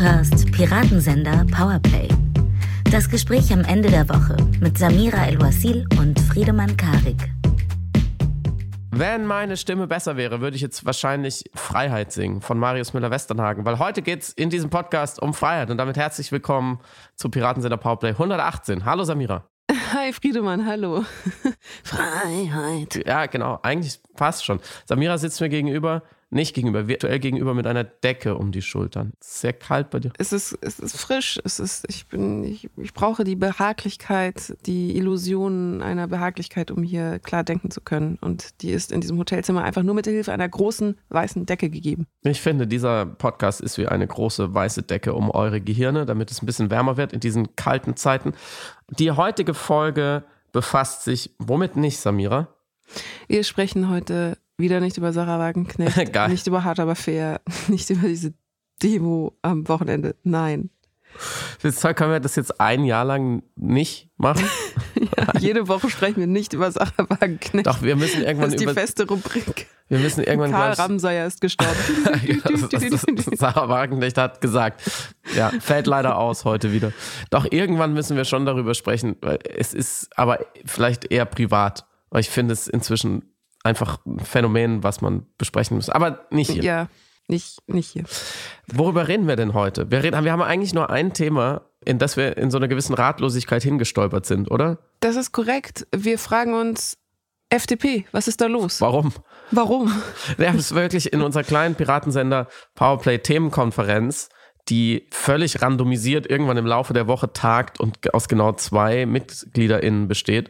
hörst Piratensender Powerplay. Das Gespräch am Ende der Woche mit Samira El-Wasil und Friedemann Karik. Wenn meine Stimme besser wäre, würde ich jetzt wahrscheinlich Freiheit singen von Marius Müller-Westernhagen, weil heute geht es in diesem Podcast um Freiheit und damit herzlich willkommen zu Piratensender Powerplay 118. Hallo Samira. Hi Friedemann, hallo. Freiheit. Ja, genau, eigentlich passt schon. Samira sitzt mir gegenüber, nicht gegenüber, virtuell gegenüber mit einer Decke um die Schultern. Es ist sehr kalt bei dir. Es ist frisch. Ich brauche die Behaglichkeit, die Illusion einer Behaglichkeit, um hier klar denken zu können. Und die ist in diesem Hotelzimmer einfach nur mit der Hilfe einer großen weißen Decke gegeben. Ich finde, dieser Podcast ist wie eine große weiße Decke um eure Gehirne, damit es ein bisschen wärmer wird in diesen kalten Zeiten. Die heutige Folge befasst sich womit nicht, Samira? Wir sprechen heute wieder nicht über Sarah Wagenknecht, nicht über Hart aber fair, nicht über diese Demo am Wochenende. Nein. Können wir das jetzt ein Jahr lang nicht machen? Ja, jede Woche sprechen wir nicht über Sarah Wagenknecht. Doch, wir müssen irgendwann das ist die feste Rubrik. Wir müssen irgendwann Karl Ramsayer ist gestorben. Sarah Wagenknecht hat gesagt. Ja, fällt leider aus heute wieder. Doch irgendwann müssen wir schon darüber sprechen. Es ist aber vielleicht eher privat. Weil ich finde es inzwischen einfach ein Phänomen, was man besprechen muss. Aber nicht hier. Ja, nicht hier. Worüber reden wir denn heute? Wir haben eigentlich nur ein Thema, in das wir in so einer gewissen Ratlosigkeit hingestolpert sind, oder? Das ist korrekt. Wir fragen uns, FDP, was ist da los? Warum? Wir haben es wirklich in unserer kleinen Piratensender Powerplay Themenkonferenz, die völlig randomisiert irgendwann im Laufe der Woche tagt und aus genau 2 MitgliederInnen besteht.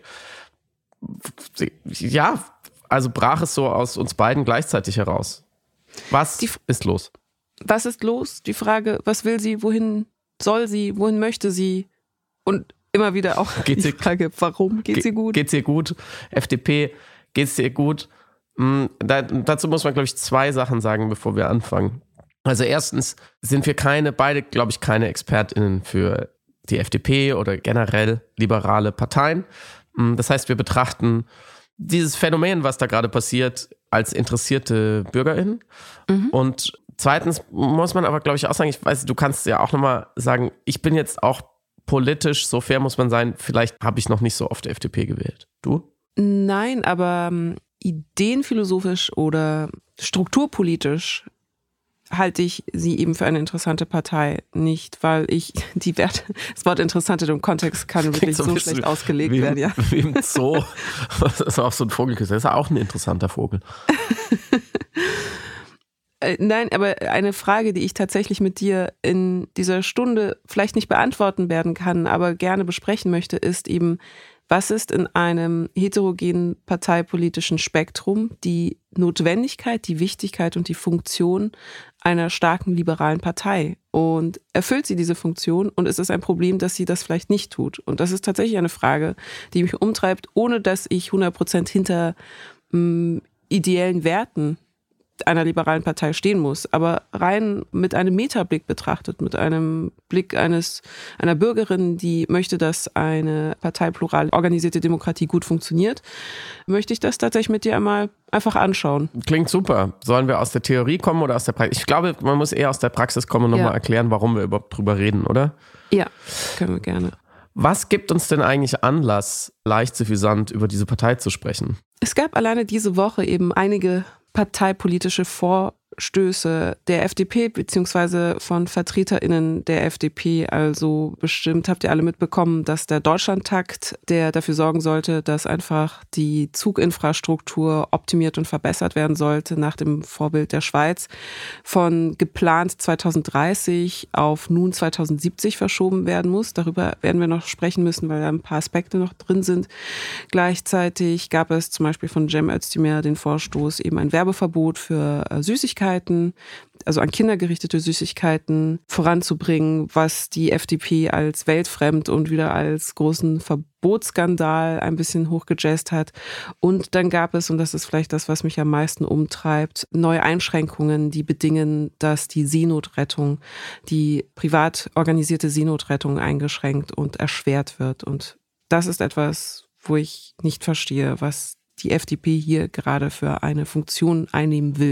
Ja, also brach es so aus uns beiden gleichzeitig heraus. Was ist los? Was ist los? Die Frage, was will sie, wohin soll sie, wohin möchte sie? Und immer wieder auch die Frage, warum geht sie gut? Geht's ihr gut? FDP, geht's ihr gut? Dazu muss man, glaube ich, 2 Sachen sagen, bevor wir anfangen. Also erstens sind wir beide, glaube ich, keine ExpertInnen für die FDP oder generell liberale Parteien. Das heißt, wir betrachten dieses Phänomen, was da gerade passiert, als interessierte BürgerInnen. Mhm. Und zweitens muss man aber, glaube ich, auch sagen, ich weiß, du kannst ja auch nochmal sagen, ich bin jetzt auch politisch, so fair muss man sein, vielleicht habe ich noch nicht so oft FDP gewählt. Du? Nein, aber ideenphilosophisch oder strukturpolitisch halte ich sie eben für eine interessante Partei. Nicht, weil ich die Werte, das Wort interessant im Kontext kann wirklich so schlecht ausgelegt werden. Ja. Wie im Zoo. Das ist auch so ein Vogelküsser. Das ist auch ein interessanter Vogel. Nein, aber eine Frage, die ich tatsächlich mit dir in dieser Stunde vielleicht nicht beantworten werden kann, aber gerne besprechen möchte, ist eben, was ist in einem heterogenen parteipolitischen Spektrum die Notwendigkeit, die Wichtigkeit und die Funktion einer starken liberalen Partei? Und erfüllt sie diese Funktion und ist es ein Problem, dass sie das vielleicht nicht tut? Und das ist tatsächlich eine Frage, die mich umtreibt, ohne dass ich 100% hinter ideellen Werten einer liberalen Partei stehen muss, aber rein mit einem Metablick betrachtet, mit einem Blick einer Bürgerin, die möchte, dass eine parteiplurale organisierte Demokratie gut funktioniert, möchte ich das tatsächlich mit dir einmal einfach anschauen. Klingt super. Sollen wir aus der Theorie kommen oder aus der Praxis? Ich glaube, man muss eher aus der Praxis kommen und nochmal erklären, warum wir überhaupt drüber reden, oder? Ja, können wir gerne. Was gibt uns denn eigentlich Anlass, leicht suffisant über diese Partei zu sprechen? Es gab alleine diese Woche eben einige parteipolitische Vorstöße der FDP beziehungsweise von VertreterInnen der FDP. Also bestimmt habt ihr alle mitbekommen, dass der Deutschlandtakt, der dafür sorgen sollte, dass einfach die Zuginfrastruktur optimiert und verbessert werden sollte, nach dem Vorbild der Schweiz, von geplant 2030 auf nun 2070 verschoben werden muss. Darüber werden wir noch sprechen müssen, weil da ein paar Aspekte noch drin sind. Gleichzeitig gab es zum Beispiel von Cem Özdemir den Vorstoß, eben ein Werbeverbot für Süßigkeiten, also an Kinder gerichtete Süßigkeiten voranzubringen, was die FDP als weltfremd und wieder als großen Verbotsskandal ein bisschen hochgejazzt hat. Und dann gab es, und das ist vielleicht das, was mich am meisten umtreibt, neue Einschränkungen, die bedingen, dass die Seenotrettung, die privat organisierte Seenotrettung eingeschränkt und erschwert wird. Und das ist etwas, wo ich nicht verstehe, was die FDP hier gerade für eine Funktion einnehmen will.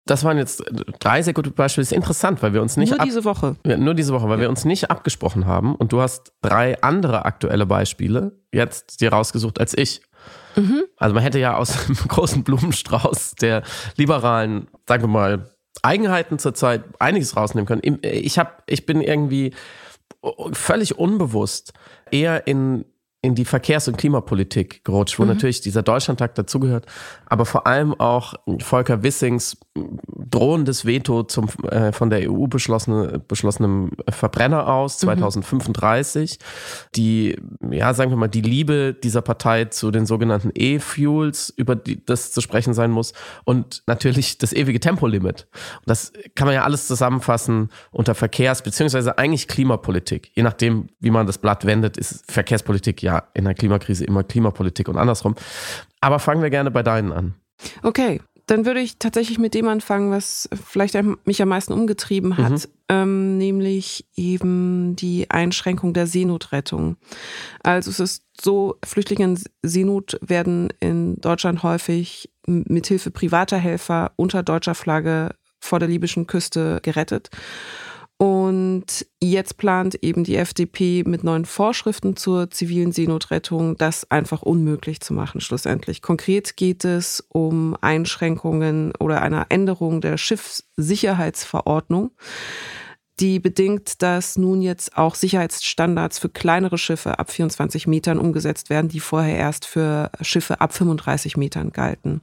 Das waren jetzt 3 sehr gute Beispiele. Das ist interessant, weil wir uns nicht... Nur diese Woche, weil wir uns nicht abgesprochen haben. Und du hast 3 andere aktuelle Beispiele jetzt dir rausgesucht als ich. Mhm. Also man hätte ja aus dem großen Blumenstrauß der liberalen, sagen wir mal, Eigenheiten zurzeit einiges rausnehmen können. Ich bin irgendwie völlig unbewusst eher in die Verkehrs- und Klimapolitik gerutscht, wo natürlich dieser Deutschlandtag dazugehört, aber vor allem auch Volker Wissings drohendes Veto zum von der EU beschlossenem Verbrenner aus 2035, die, ja, sagen wir mal, die Liebe dieser Partei zu den sogenannten E-Fuels, über die das zu sprechen sein muss, und natürlich das ewige Tempolimit. Und das kann man ja alles zusammenfassen unter Verkehrs- bzw. eigentlich Klimapolitik. Je nachdem, wie man das Blatt wendet, ist Verkehrspolitik ja in der Klimakrise immer Klimapolitik und andersrum. Aber fangen wir gerne bei deinen an. Okay, dann würde ich tatsächlich mit dem anfangen, was vielleicht mich am meisten umgetrieben hat, nämlich eben die Einschränkung der Seenotrettung. Also es ist so, Flüchtlinge in Seenot werden in Deutschland häufig mithilfe privater Helfer unter deutscher Flagge vor der libyschen Küste gerettet. Und jetzt plant eben die FDP mit neuen Vorschriften zur zivilen Seenotrettung, das einfach unmöglich zu machen schlussendlich. Konkret geht es um Einschränkungen oder eine Änderung der Schiffssicherheitsverordnung, die bedingt, dass nun jetzt auch Sicherheitsstandards für kleinere Schiffe ab 24 Metern umgesetzt werden, die vorher erst für Schiffe ab 35 Metern galten.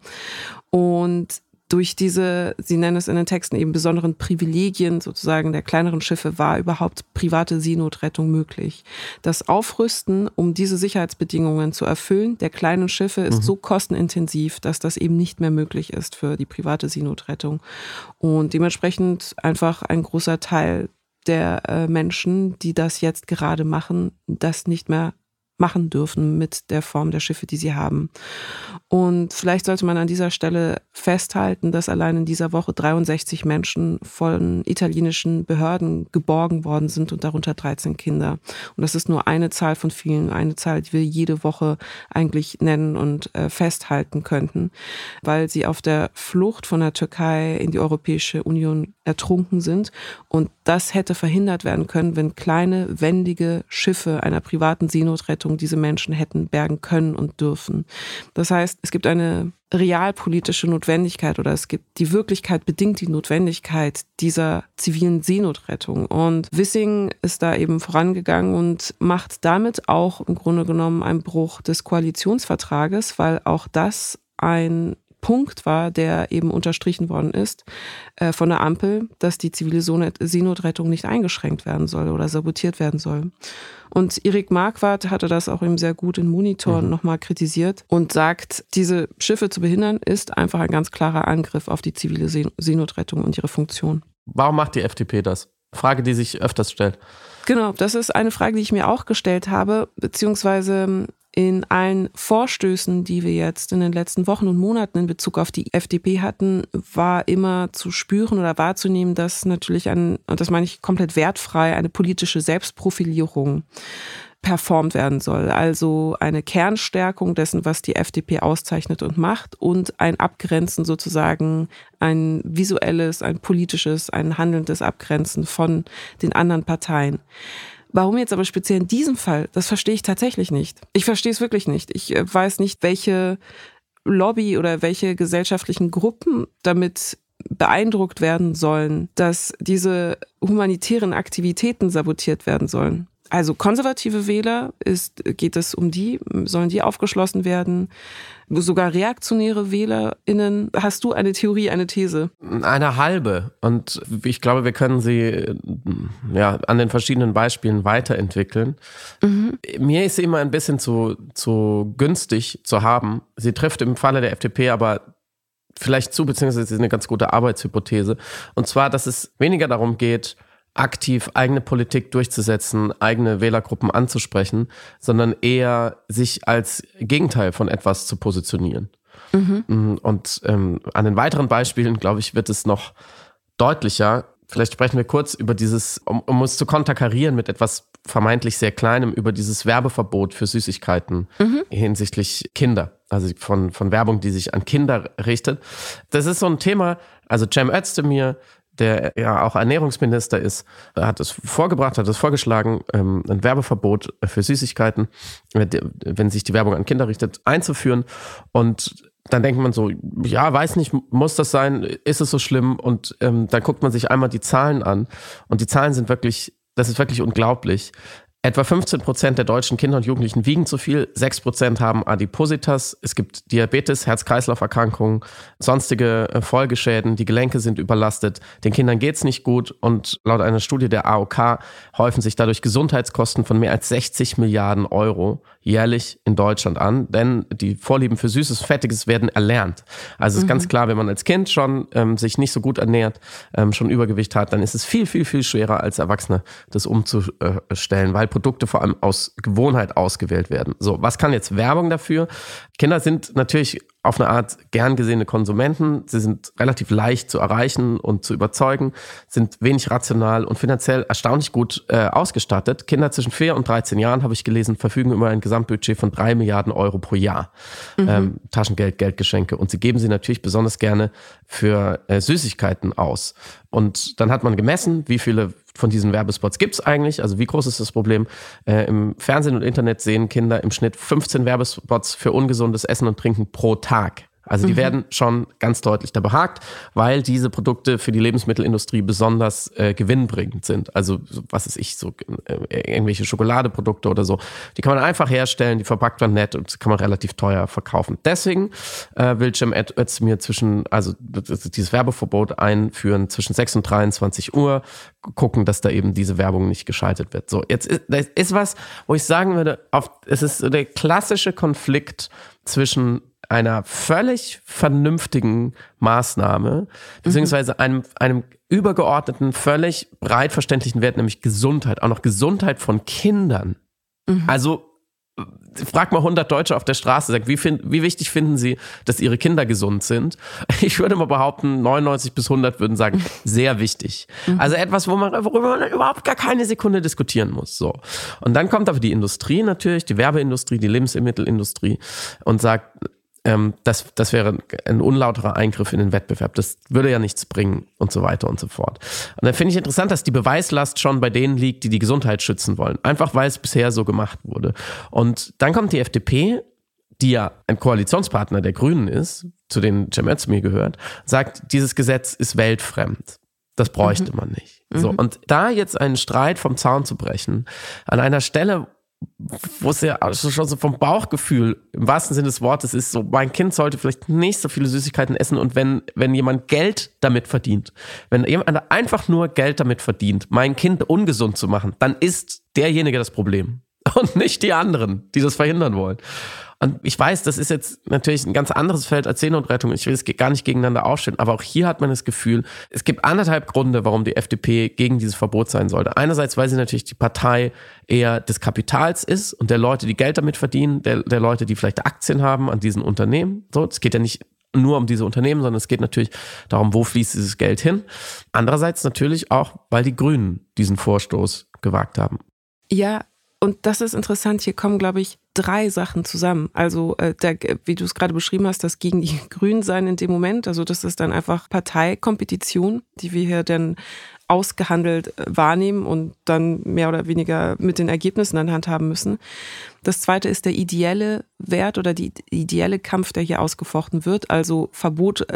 Und durch diese, sie nennen es in den Texten eben besonderen Privilegien sozusagen der kleineren Schiffe, war überhaupt private Seenotrettung möglich. Das Aufrüsten, um diese Sicherheitsbedingungen zu erfüllen, der kleinen Schiffe ist so kostenintensiv, dass das eben nicht mehr möglich ist für die private Seenotrettung. Und dementsprechend einfach ein großer Teil der Menschen, die das jetzt gerade machen, das nicht mehr machen dürfen mit der Form der Schiffe, die sie haben. Und vielleicht sollte man an dieser Stelle festhalten, dass allein in dieser Woche 63 Menschen von italienischen Behörden geborgen worden sind und darunter 13 Kinder. Und das ist nur eine Zahl von vielen, eine Zahl, die wir jede Woche eigentlich nennen und festhalten könnten, weil sie auf der Flucht von der Türkei in die Europäische Union ertrunken sind. Und das hätte verhindert werden können, wenn kleine, wendige Schiffe einer privaten Seenotrettung diese Menschen hätten bergen können und dürfen. Das heißt, es gibt eine realpolitische Notwendigkeit oder es gibt die Wirklichkeit bedingt die Notwendigkeit dieser zivilen Seenotrettung. Und Wissing ist da eben vorangegangen und macht damit auch im Grunde genommen einen Bruch des Koalitionsvertrages, weil auch das ein Punkt war, der eben unterstrichen worden ist von der Ampel, dass die zivile Seenotrettung nicht eingeschränkt werden soll oder sabotiert werden soll. Und Erik Marquardt hatte das auch eben sehr gut in Monitor nochmal kritisiert und sagt, diese Schiffe zu behindern, ist einfach ein ganz klarer Angriff auf die zivile Seenotrettung und ihre Funktion. Warum macht die FDP das? Frage, die sich öfters stellt. Genau, das ist eine Frage, die ich mir auch gestellt habe, beziehungsweise in allen Vorstößen, die wir jetzt in den letzten Wochen und Monaten in Bezug auf die FDP hatten, war immer zu spüren oder wahrzunehmen, dass natürlich und das meine ich komplett wertfrei, eine politische Selbstprofilierung performt werden soll. Also eine Kernstärkung dessen, was die FDP auszeichnet und macht und ein Abgrenzen sozusagen, ein visuelles, ein politisches, ein handelndes Abgrenzen von den anderen Parteien. Warum jetzt aber speziell in diesem Fall, das verstehe ich tatsächlich nicht. Ich verstehe es wirklich nicht. Ich weiß nicht, welche Lobby oder welche gesellschaftlichen Gruppen damit beeindruckt werden sollen, dass diese humanitären Aktivitäten sabotiert werden sollen. Also konservative Wähler, geht es um die, sollen die aufgeschlossen werden? Sogar reaktionäre WählerInnen. Hast du eine Theorie, eine These? Eine halbe. Und ich glaube, wir können sie an den verschiedenen Beispielen weiterentwickeln. Mir ist sie immer ein bisschen zu günstig zu haben. Sie trifft im Falle der FDP aber vielleicht zu, beziehungsweise sie ist eine ganz gute Arbeitshypothese. Und zwar, dass es weniger darum geht, aktiv eigene Politik durchzusetzen, eigene Wählergruppen anzusprechen, sondern eher sich als Gegenteil von etwas zu positionieren. Und an den weiteren Beispielen, glaube ich, wird es noch deutlicher. Vielleicht sprechen wir kurz über dieses, um es zu konterkarieren mit etwas vermeintlich sehr Kleinem, über dieses Werbeverbot für Süßigkeiten hinsichtlich Kinder. also von Werbung, die sich an Kinder richtet. Das ist so ein Thema, also Cem Özdemir, der ja auch Ernährungsminister ist, hat es vorgeschlagen, ein Werbeverbot für Süßigkeiten, wenn sich die Werbung an Kinder richtet, einzuführen. Und dann denkt man so, ja, weiß nicht, muss das sein? Ist es so schlimm? Und dann guckt man sich einmal die Zahlen an. Und die Zahlen sind wirklich, das ist wirklich unglaublich. Etwa 15% der deutschen Kinder und Jugendlichen wiegen zu viel, 6% haben Adipositas, es gibt Diabetes, Herz-Kreislauf-Erkrankungen, sonstige Folgeschäden, die Gelenke sind überlastet, den Kindern geht's nicht gut und laut einer Studie der AOK häufen sich dadurch Gesundheitskosten von mehr als 60 Milliarden Euro jährlich in Deutschland an, denn die Vorlieben für Süßes, Fettiges werden erlernt. Also ist ganz klar, wenn man als Kind schon sich nicht so gut ernährt, schon Übergewicht hat, dann ist es viel, viel, viel schwerer als Erwachsene, das umzustellen, weil Produkte vor allem aus Gewohnheit ausgewählt werden. So, was kann jetzt Werbung dafür? Kinder sind natürlich auf eine Art gern gesehene Konsumenten. Sie sind relativ leicht zu erreichen und zu überzeugen, sind wenig rational und finanziell erstaunlich gut ausgestattet. Kinder zwischen 4 und 13 Jahren, habe ich gelesen, verfügen über ein Gesamtbudget von 3 Milliarden Euro pro Jahr. Taschengeld, Geldgeschenke. Und sie geben sie natürlich besonders gerne für Süßigkeiten aus. Und dann hat man gemessen, wie viele von diesen Werbespots gibt es eigentlich, also wie groß ist das Problem? Im Fernsehen und Internet sehen Kinder im Schnitt 15 Werbespots für ungesundes Essen und Trinken pro Tag. Also die werden schon ganz deutlich da behagt, weil diese Produkte für die Lebensmittelindustrie besonders gewinnbringend sind. Also was weiß ich, so irgendwelche Schokoladeprodukte oder so. Die kann man einfach herstellen, die verpackt man nett und kann man relativ teuer verkaufen. Deswegen will Cem Özdemir dieses Werbeverbot einführen zwischen 6 und 23 Uhr, gucken, dass da eben diese Werbung nicht geschaltet wird. So, jetzt ist was, wo ich sagen würde, es ist so der klassische Konflikt zwischen einer völlig vernünftigen Maßnahme, beziehungsweise einem übergeordneten, völlig breit verständlichen Wert, nämlich Gesundheit, auch noch Gesundheit von Kindern. Also frag mal 100 Deutsche auf der Straße, sag, wie wichtig finden sie, dass ihre Kinder gesund sind? Ich würde mal behaupten, 99 bis 100 würden sagen, sehr wichtig. Also etwas, worüber man überhaupt gar keine Sekunde diskutieren muss. So. Und dann kommt aber die Industrie natürlich, die Werbeindustrie, die Lebensmittelindustrie und sagt, das wäre ein unlauterer Eingriff in den Wettbewerb. Das würde ja nichts bringen und so weiter und so fort. Und dann finde ich interessant, dass die Beweislast schon bei denen liegt, die Gesundheit schützen wollen. Einfach, weil es bisher so gemacht wurde. Und dann kommt die FDP, die ja ein Koalitionspartner der Grünen ist, zu denen Cem Özdemir gehört, sagt, dieses Gesetz ist weltfremd. Das bräuchte man nicht. So, und da jetzt einen Streit vom Zaun zu brechen, an einer Stelle, wo es ja schon so vom Bauchgefühl im wahrsten Sinne des Wortes ist, so mein Kind sollte vielleicht nicht so viele Süßigkeiten essen und wenn jemand Geld damit verdient, wenn jemand einfach nur Geld damit verdient, mein Kind ungesund zu machen, dann ist derjenige das Problem und nicht die anderen, die das verhindern wollen. Und ich weiß, das ist jetzt natürlich ein ganz anderes Feld als Seenotrettung. Ich will es gar nicht gegeneinander aufstellen, aber auch hier hat man das Gefühl, es gibt 1,5 Gründe, warum die FDP gegen dieses Verbot sein sollte. Einerseits, weil sie natürlich die Partei eher des Kapitals ist und der Leute, die Geld damit verdienen, der Leute, die vielleicht Aktien haben an diesen Unternehmen. So, es geht ja nicht nur um diese Unternehmen, sondern es geht natürlich darum, wo fließt dieses Geld hin. Andererseits natürlich auch, weil die Grünen diesen Vorstoß gewagt haben. Ja, und das ist interessant. Hier kommen, glaube ich, 3 Sachen zusammen. Also, wie du es gerade beschrieben hast, das gegen die Grünen sein in dem Moment. Also, das ist dann einfach Parteikompetition, die wir hier dann ausgehandelt wahrnehmen und dann mehr oder weniger mit den Ergebnissen an Hand haben müssen. Das zweite ist der ideelle Wert oder die ideelle Kampf, der hier ausgefochten wird. Also Verbot,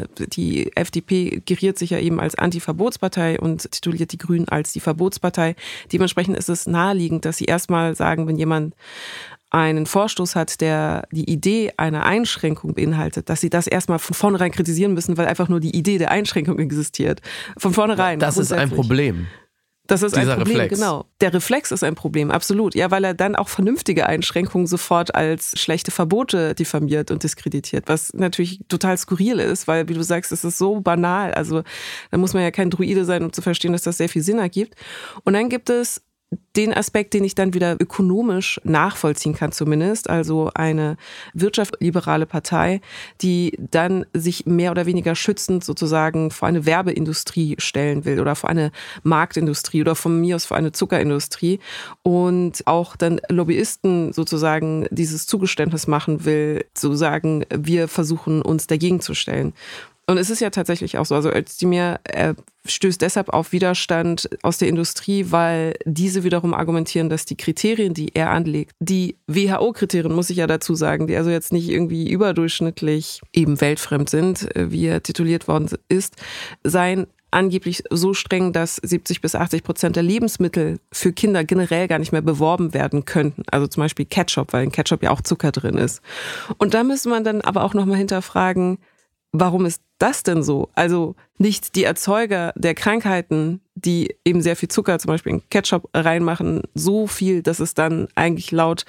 die FDP geriert sich ja eben als Anti-Verbotspartei und tituliert die Grünen als die Verbotspartei. Dementsprechend ist es naheliegend, dass sie erstmal sagen, wenn jemand einen Vorstoß hat, der die Idee einer Einschränkung beinhaltet, dass sie das erstmal von vornherein kritisieren müssen, weil einfach nur die Idee der Einschränkung existiert. Von vornherein. Das ist ein Problem. Das ist ein Problem, Reflex. genau. Der Reflex ist ein Problem, absolut. Ja, weil er dann auch vernünftige Einschränkungen sofort als schlechte Verbote diffamiert und diskreditiert, was natürlich total skurril ist, weil, wie du sagst, es ist so banal. Also da muss man ja kein Druide sein, um zu verstehen, dass das sehr viel Sinn ergibt. Und dann gibt es den Aspekt, den ich dann wieder ökonomisch nachvollziehen kann zumindest, also eine wirtschaftsliberale Partei, die dann sich mehr oder weniger schützend sozusagen vor eine Werbeindustrie stellen will oder vor eine Marktindustrie oder von mir aus vor eine Zuckerindustrie und auch dann Lobbyisten sozusagen dieses Zugeständnis machen will, zu sagen, wir versuchen uns dagegen zu stellen. Und es ist ja tatsächlich auch so, also Özdemir stößt deshalb auf Widerstand aus der Industrie, weil diese wiederum argumentieren, dass die Kriterien, die er anlegt, die WHO-Kriterien, muss ich ja dazu sagen, die also jetzt nicht irgendwie überdurchschnittlich eben weltfremd sind, wie er tituliert worden ist, seien angeblich so streng, dass 70-80% der Lebensmittel für Kinder generell gar nicht mehr beworben werden könnten. Also zum Beispiel Ketchup, weil in Ketchup ja auch Zucker drin ist. Und da müsste man dann aber auch nochmal hinterfragen, warum ist das denn so? Also nicht die Erzeuger der Krankheiten, die eben sehr viel Zucker zum Beispiel in Ketchup reinmachen, so viel, dass es dann eigentlich laut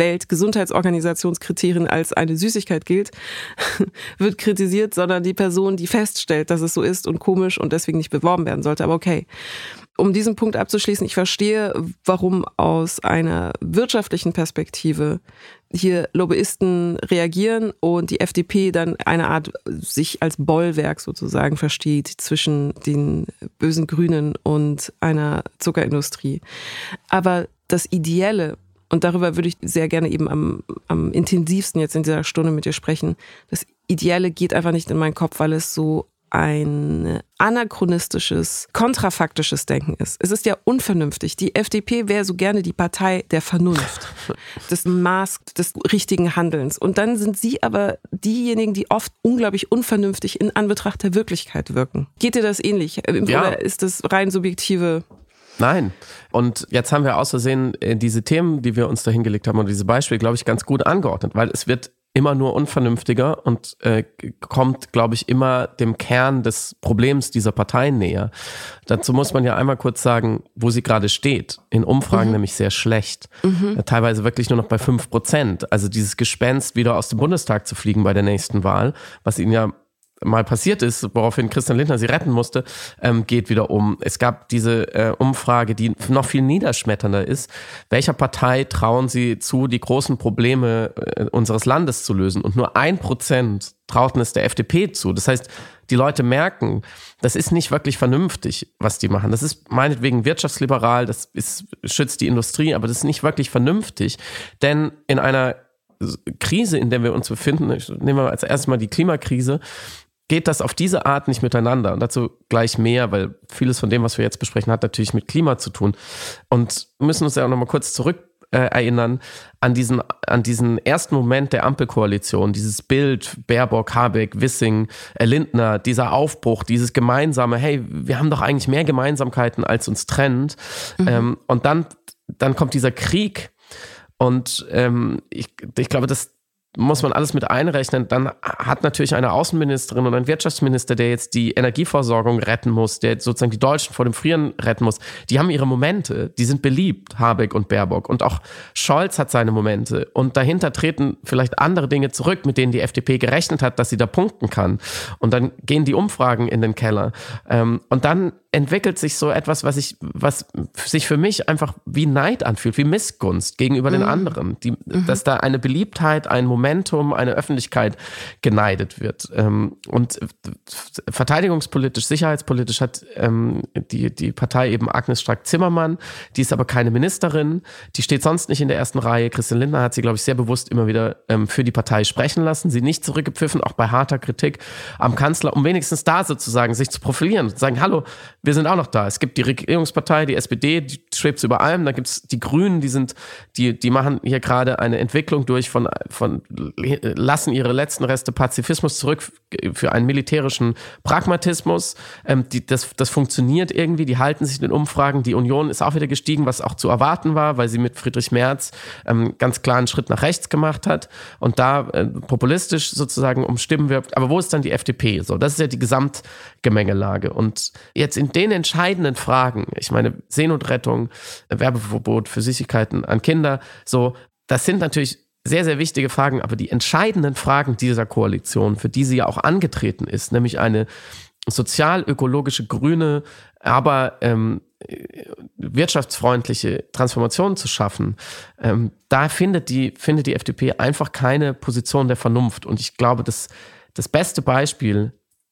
Weltgesundheitsorganisationskriterien als eine Süßigkeit gilt, wird kritisiert, sondern die Person, die feststellt, dass es so ist und komisch und deswegen nicht beworben werden sollte. Aber okay. Um diesen Punkt abzuschließen, ich verstehe, warum aus einer wirtschaftlichen Perspektive hier Lobbyisten reagieren und die FDP dann eine Art sich als Bollwerk sozusagen versteht zwischen den bösen Grünen und einer Zuckerindustrie. Aber das Ideelle, und darüber würde ich sehr gerne eben am intensivsten jetzt in dieser Stunde mit dir sprechen, das Ideelle geht einfach nicht in meinen Kopf, weil es so ein anachronistisches, kontrafaktisches Denken ist. Es ist ja unvernünftig. Die FDP wäre so gerne die Partei der Vernunft, des Maß, des richtigen Handelns. Und dann sind sie aber diejenigen, die oft unglaublich unvernünftig in Anbetracht der Wirklichkeit wirken. Geht dir das ähnlich? Oder ist das rein subjektive? Nein. Und jetzt haben wir aus Versehen diese Themen, die wir uns da hingelegt haben und diese Beispiele, glaube ich, ganz gut angeordnet, weil es wird immer nur unvernünftiger und kommt, glaube ich, immer dem Kern des Problems dieser Parteien näher. Dazu muss man ja einmal kurz sagen, wo sie gerade steht. In Umfragen nämlich sehr schlecht. Teilweise wirklich nur noch bei 5%. Also dieses Gespenst, wieder aus dem Bundestag zu fliegen bei der nächsten Wahl, was ihnen ja mal passiert ist, woraufhin Christian Lindner sie retten musste, geht wieder um. Es gab diese Umfrage, die noch viel niederschmetternder ist. Welcher Partei trauen sie zu, die großen Probleme unseres Landes zu lösen? Und nur 1% trauten es der FDP zu. Das heißt, die Leute merken, das ist nicht wirklich vernünftig, was die machen. Das ist meinetwegen wirtschaftsliberal, schützt die Industrie, aber das ist nicht wirklich vernünftig. Denn in einer Krise, in der wir uns befinden, nehmen wir als erstes mal die Klimakrise, geht das auf diese Art nicht miteinander. Und dazu gleich mehr, weil vieles von dem, was wir jetzt besprechen, hat natürlich mit Klima zu tun. Und wir müssen uns ja auch nochmal kurz zurück erinnern an diesen ersten Moment der Ampelkoalition, dieses Bild Baerbock, Habeck, Wissing, Lindner, dieser Aufbruch, dieses gemeinsame, hey, wir haben doch eigentlich mehr Gemeinsamkeiten, als uns trennt. Und dann kommt dieser Krieg. Und ich glaube, das muss man alles mit einrechnen. Dann hat natürlich eine Außenministerin und ein Wirtschaftsminister, der jetzt die Energieversorgung retten muss, der sozusagen die Deutschen vor dem Frieren retten muss, die haben ihre Momente, die sind beliebt, Habeck und Baerbock. Und auch Scholz hat seine Momente. Und dahinter treten vielleicht andere Dinge zurück, mit denen die FDP gerechnet hat, dass sie da punkten kann. Und dann gehen die Umfragen in den Keller. Und dann entwickelt sich so etwas, was sich für mich einfach wie Neid anfühlt, wie Missgunst gegenüber den anderen. Dass da eine Beliebtheit, ein Momentum, eine Öffentlichkeit geneidet wird. Und verteidigungspolitisch, sicherheitspolitisch hat die Partei eben Agnes Strack-Zimmermann, die ist aber keine Ministerin, die steht sonst nicht in der ersten Reihe. Christian Lindner hat sie, glaube ich, sehr bewusst immer wieder für die Partei sprechen lassen, sie nicht zurückgepfiffen, auch bei harter Kritik am Kanzler, um wenigstens da sozusagen sich zu profilieren und zu sagen, hallo, wir sind auch noch da. Es gibt die Regierungspartei, die SPD, die schwebt über allem. Da gibt es die Grünen, die machen hier gerade eine Entwicklung durch lassen ihre letzten Reste Pazifismus zurück für einen militärischen Pragmatismus. Das funktioniert irgendwie, die halten sich in den Umfragen. Die Union ist auch wieder gestiegen, was auch zu erwarten war, weil sie mit Friedrich Merz ganz klar einen Schritt nach rechts gemacht hat und da populistisch sozusagen um Stimmen wirbt. Aber wo ist dann die FDP? So, das ist ja die Gesamtgemengelage. Und jetzt in den entscheidenden Fragen, ich meine Seenotrettung, Werbeverbot für Süßigkeiten an Kinder, so, das sind natürlich sehr, sehr wichtige Fragen, aber die entscheidenden Fragen dieser Koalition, für die sie ja auch angetreten ist, nämlich eine sozial-ökologische, grüne, aber wirtschaftsfreundliche Transformation zu schaffen, da findet die FDP einfach keine Position der Vernunft. Und ich glaube, das beste Beispiel,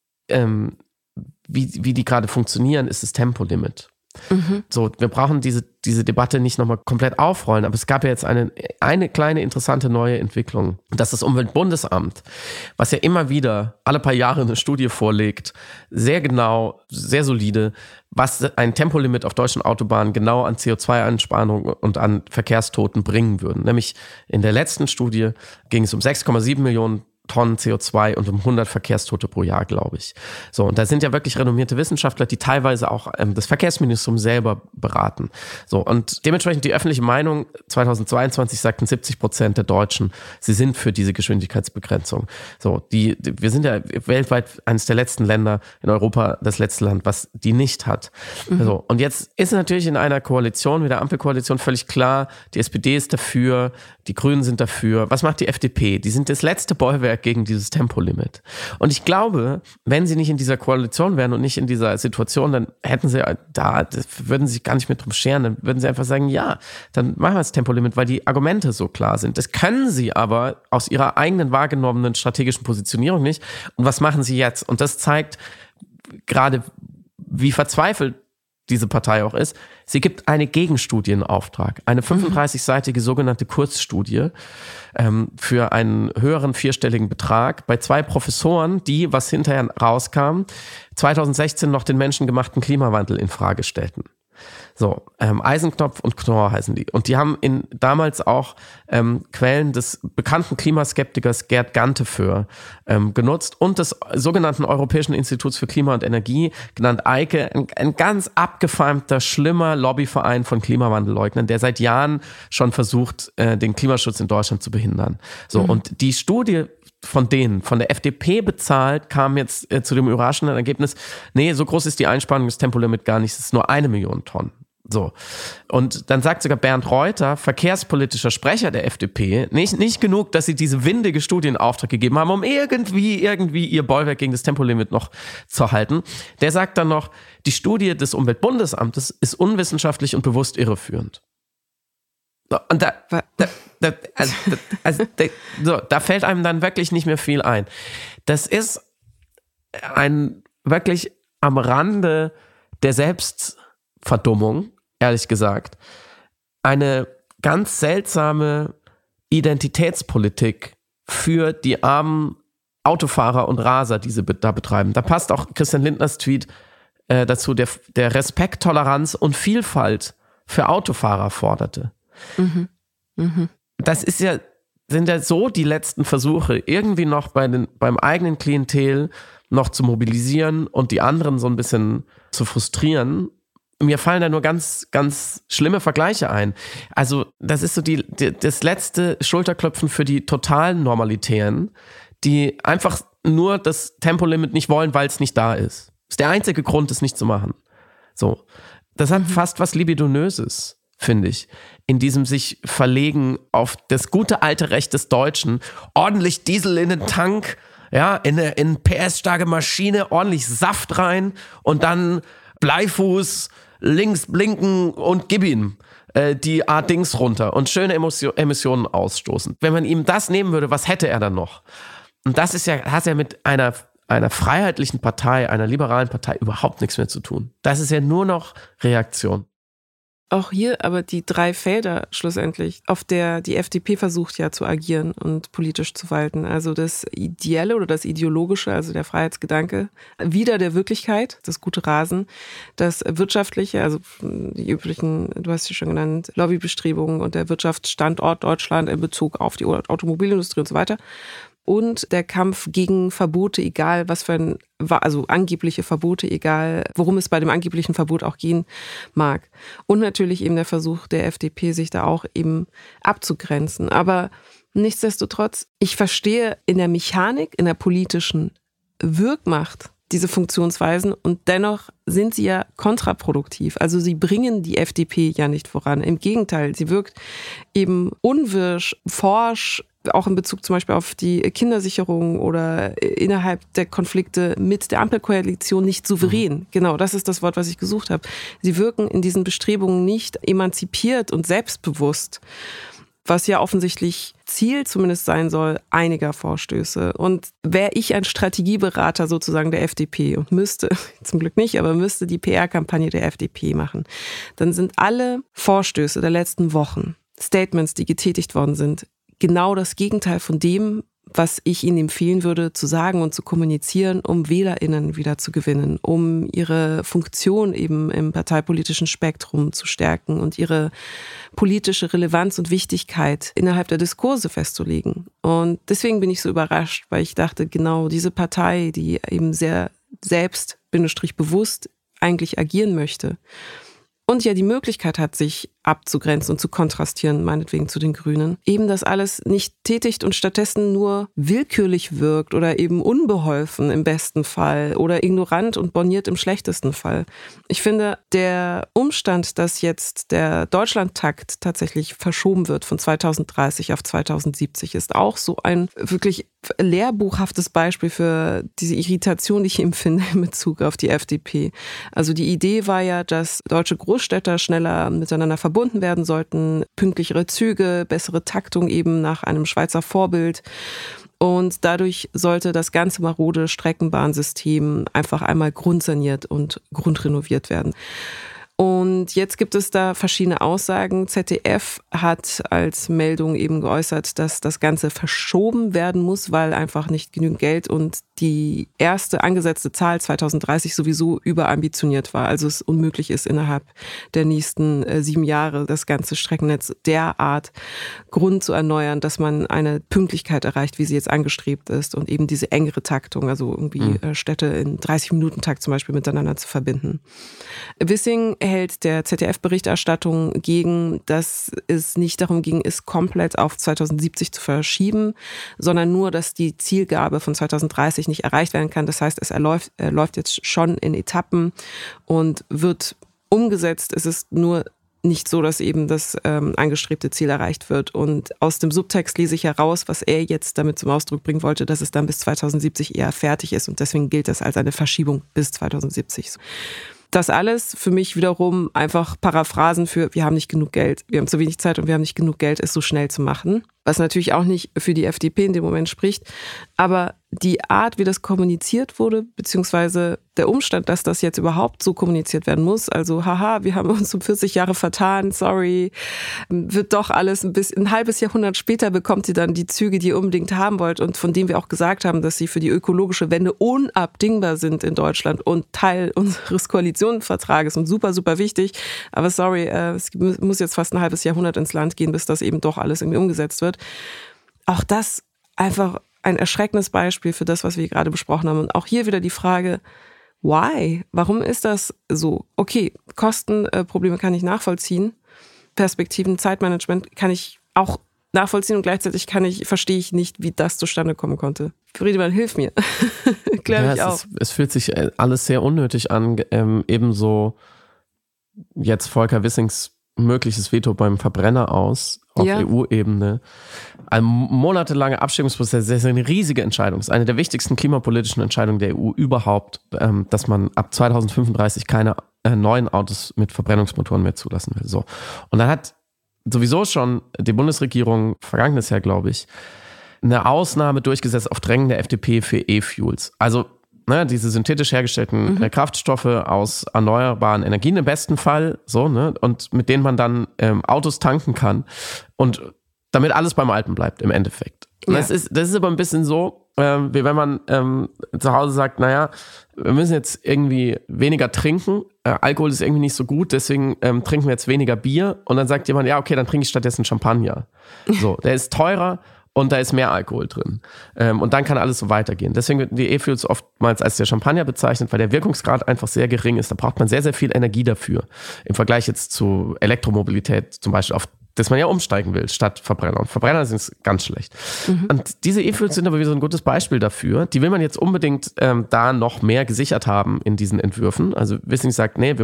wie die gerade funktionieren, ist das Tempolimit. So, wir brauchen diese Debatte nicht nochmal komplett aufrollen, aber es gab ja jetzt eine kleine interessante neue Entwicklung. Das ist das Umweltbundesamt, was ja immer wieder alle paar Jahre eine Studie vorlegt, sehr genau, sehr solide, was ein Tempolimit auf deutschen Autobahnen genau an CO2-Einsparungen und an Verkehrstoten bringen würden. Nämlich in der letzten Studie ging es um 6,7 Millionen Tonnen CO2 und um 100 Verkehrstote pro Jahr, glaube ich. So, und da sind ja wirklich renommierte Wissenschaftler, die teilweise auch das Verkehrsministerium selber beraten. So, und dementsprechend die öffentliche Meinung 2022 sagten 70% der Deutschen, sie sind für diese Geschwindigkeitsbegrenzung. So, wir sind ja weltweit eines der letzten Länder, in Europa das letzte Land, was die nicht hat. So, und jetzt ist natürlich in einer Koalition, wie der Ampelkoalition, völlig klar, die SPD ist dafür, die Grünen sind dafür. Was macht die FDP? Die sind das letzte Bollwerk gegen dieses Tempolimit. Und ich glaube, wenn sie nicht in dieser Koalition wären und nicht in dieser Situation, dann hätten sie würden sie sich gar nicht mehr drum scheren, dann würden sie einfach sagen, ja, dann machen wir das Tempolimit, weil die Argumente so klar sind. Das können sie aber aus ihrer eigenen wahrgenommenen strategischen Positionierung nicht. Und was machen sie jetzt? Und das zeigt gerade, wie verzweifelt diese Partei auch ist. Sie gibt eine Gegenstudie in Auftrag, eine 35-seitige sogenannte Kurzstudie für einen höheren vierstelligen Betrag bei 2 Professoren, die, was hinterher rauskam, 2016 noch den menschengemachten Klimawandel in Frage stellten. So, Eisenknopf und Knorr heißen die. Und die haben damals auch Quellen des bekannten Klimaskeptikers Gerd Ganteföhr genutzt und des sogenannten Europäischen Instituts für Klima und Energie, genannt EIKE, ein ganz abgefeimter, schlimmer Lobbyverein von Klimawandelleugnern, der seit Jahren schon versucht, den Klimaschutz in Deutschland zu behindern. So, und die Studie von der FDP bezahlt, kam jetzt zu dem überraschenden Ergebnis, nee, so groß ist die Einsparung des Tempolimit gar nicht, es ist nur 1 Million Tonnen. So. Und dann sagt sogar Bernd Reuter, verkehrspolitischer Sprecher der FDP, nicht genug, dass sie diese windige Studie in Auftrag gegeben haben, um irgendwie ihr Bollwerk gegen das Tempolimit noch zu halten. Der sagt dann noch, die Studie des Umweltbundesamtes ist unwissenschaftlich und bewusst irreführend. So, und da fällt einem dann wirklich nicht mehr viel ein. Das ist wirklich am Rande der Selbstverdummung, ehrlich gesagt, eine ganz seltsame Identitätspolitik für die armen Autofahrer und Raser, die sie da betreiben. Da passt auch Christian Lindners Tweet dazu, der Respekt, Toleranz und Vielfalt für Autofahrer forderte. Das sind ja so die letzten Versuche, irgendwie noch beim eigenen Klientel noch zu mobilisieren und die anderen so ein bisschen zu frustrieren. Mir fallen da nur ganz, ganz schlimme Vergleiche ein. Also das ist so das letzte Schulterklopfen für die totalen Normalitären, die einfach nur das Tempolimit nicht wollen, weil es nicht da ist. Das ist der einzige Grund, es nicht zu machen. So, das hat fast was Libidinöses, finde ich, in diesem sich verlegen auf das gute alte Recht des Deutschen, ordentlich Diesel in den Tank, ja, in PS-starke Maschine, ordentlich Saft rein und dann Bleifuß, links blinken und gib ihm die A-Dings runter und schöne Emissionen ausstoßen. Wenn man ihm das nehmen würde, was hätte er dann noch? Und das hat ja mit einer freiheitlichen Partei, einer liberalen Partei überhaupt nichts mehr zu tun. Das ist ja nur noch Reaktion. Auch hier aber die 3 Felder schlussendlich, auf der die FDP versucht ja zu agieren und politisch zu walten. Also das Ideelle oder das Ideologische, also der Freiheitsgedanke, wieder der Wirklichkeit, das gute Rasen, das Wirtschaftliche, also die üblichen, du hast sie schon genannt, Lobbybestrebungen und der Wirtschaftsstandort Deutschland in Bezug auf die Automobilindustrie und so weiter. Und der Kampf gegen Verbote, egal was für also angebliche Verbote, egal worum es bei dem angeblichen Verbot auch gehen mag. Und natürlich eben der Versuch der FDP, sich da auch eben abzugrenzen. Aber nichtsdestotrotz, ich verstehe in der Mechanik, in der politischen Wirkmacht diese Funktionsweisen und dennoch sind sie ja kontraproduktiv. Also sie bringen die FDP ja nicht voran. Im Gegenteil, sie wirkt eben unwirsch, forsch, auch in Bezug zum Beispiel auf die Kindersicherung oder innerhalb der Konflikte mit der Ampelkoalition nicht souverän. Genau, das ist das Wort, was ich gesucht habe. Sie wirken in diesen Bestrebungen nicht emanzipiert und selbstbewusst, was ja offensichtlich Ziel zumindest sein soll, einiger Vorstöße. Und wäre ich ein Strategieberater sozusagen der FDP und müsste, zum Glück nicht, aber müsste die PR-Kampagne der FDP machen, dann sind alle Vorstöße der letzten Wochen, Statements, die getätigt worden sind, genau das Gegenteil von dem, was ich Ihnen empfehlen würde, zu sagen und zu kommunizieren, um WählerInnen wieder zu gewinnen, um ihre Funktion eben im parteipolitischen Spektrum zu stärken und ihre politische Relevanz und Wichtigkeit innerhalb der Diskurse festzulegen. Und deswegen bin ich so überrascht, weil ich dachte, genau diese Partei, die eben sehr bewusst eigentlich agieren möchte und ja die Möglichkeit hat, sich abzugrenzen und zu kontrastieren, meinetwegen zu den Grünen, eben das alles nicht tätigt und stattdessen nur willkürlich wirkt oder eben unbeholfen im besten Fall oder ignorant und borniert im schlechtesten Fall. Ich finde, der Umstand, dass jetzt der Deutschlandtakt tatsächlich verschoben wird von 2030 auf 2070, ist auch so ein wirklich lehrbuchhaftes Beispiel für diese Irritation, die ich empfinde in Bezug auf die FDP. Also die Idee war ja, dass deutsche Großstädter schneller miteinander verbunden werden sollten, pünktlichere Züge, bessere Taktung eben nach einem Schweizer Vorbild. Und dadurch sollte das ganze marode Streckenbahnsystem einfach einmal grundsaniert und grundrenoviert werden. Und jetzt gibt es da verschiedene Aussagen. ZDF hat als Meldung eben geäußert, dass das Ganze verschoben werden muss, weil einfach nicht genügend Geld und die erste angesetzte Zahl 2030 sowieso überambitioniert war. Also es unmöglich ist, innerhalb der nächsten 7 Jahre das ganze Streckennetz derart Grund zu erneuern, dass man eine Pünktlichkeit erreicht, wie sie jetzt angestrebt ist und eben diese engere Taktung, also irgendwie Städte in 30-Minuten-Takt zum Beispiel miteinander zu verbinden. Wissing hält der ZDF-Berichterstattung gegen, dass es nicht darum ging, es komplett auf 2070 zu verschieben, sondern nur, dass die Zielgabe von 2030 nicht erreicht werden kann. Das heißt, er läuft jetzt schon in Etappen und wird umgesetzt. Es ist nur nicht so, dass eben das angestrebte Ziel erreicht wird. Und aus dem Subtext lese ich heraus, was er jetzt damit zum Ausdruck bringen wollte, dass es dann bis 2070 eher fertig ist. Und deswegen gilt das als eine Verschiebung bis 2070. Das alles für mich wiederum einfach Paraphrasen für wir haben nicht genug Geld, wir haben zu wenig Zeit und wir haben nicht genug Geld, es so schnell zu machen. Was natürlich auch nicht für die FDP in dem Moment spricht. Aber die Art, wie das kommuniziert wurde, beziehungsweise der Umstand, dass das jetzt überhaupt so kommuniziert werden muss, also haha, wir haben uns um 40 Jahre vertan, sorry, wird doch alles ein halbes Jahrhundert später bekommt ihr dann die Züge, die ihr unbedingt haben wollt und von denen wir auch gesagt haben, dass sie für die ökologische Wende unabdingbar sind in Deutschland und Teil unseres Koalitionsvertrages und super, super wichtig. Aber sorry, es muss jetzt fast ein halbes Jahrhundert ins Land gehen, bis das eben doch alles irgendwie umgesetzt wird. Auch das einfach ein erschreckendes Beispiel für das, was wir gerade besprochen haben. Und auch hier wieder die Frage, why? Warum ist das so? Okay, Kostenprobleme kann ich nachvollziehen. Perspektiven, Zeitmanagement kann ich auch nachvollziehen und gleichzeitig verstehe ich nicht, wie das zustande kommen konnte. Friedemann, hilf mir. Klär mich auf. Es fühlt sich alles sehr unnötig an. Ebenso jetzt Volker Wissings mögliches Veto beim Verbrenner aus auf EU-Ebene. Ein monatelanger Abstimmungsprozess, das ist eine riesige Entscheidung. Das ist eine der wichtigsten klimapolitischen Entscheidungen der EU überhaupt, dass man ab 2035 keine neuen Autos mit Verbrennungsmotoren mehr zulassen will. So. Und dann hat sowieso schon die Bundesregierung, vergangenes Jahr glaube ich, eine Ausnahme durchgesetzt auf Drängen der FDP für E-Fuels. Also diese synthetisch hergestellten Kraftstoffe aus erneuerbaren Energien im besten Fall, so, und mit denen man dann Autos tanken kann und damit alles beim Alten bleibt im Endeffekt. Ja. Das ist aber ein bisschen so, wie wenn man zu Hause sagt, naja, wir müssen jetzt irgendwie weniger trinken, Alkohol ist irgendwie nicht so gut, deswegen trinken wir jetzt weniger Bier und dann sagt jemand, ja okay, dann trinke ich stattdessen Champagner. So, der ist teurer, und da ist mehr Alkohol drin. Und dann kann alles so weitergehen. Deswegen werden die E-Fuels oftmals als der Champagner bezeichnet, weil der Wirkungsgrad einfach sehr gering ist. Da braucht man sehr, sehr viel Energie dafür. Im Vergleich jetzt zu Elektromobilität, zum Beispiel auf dass man ja umsteigen will statt Verbrenner. Und Verbrenner sind ganz schlecht. Und diese E-Fuels sind aber wieder so ein gutes Beispiel dafür. Die will man jetzt unbedingt da noch mehr gesichert haben in diesen Entwürfen. Also Wissing sagt, nee,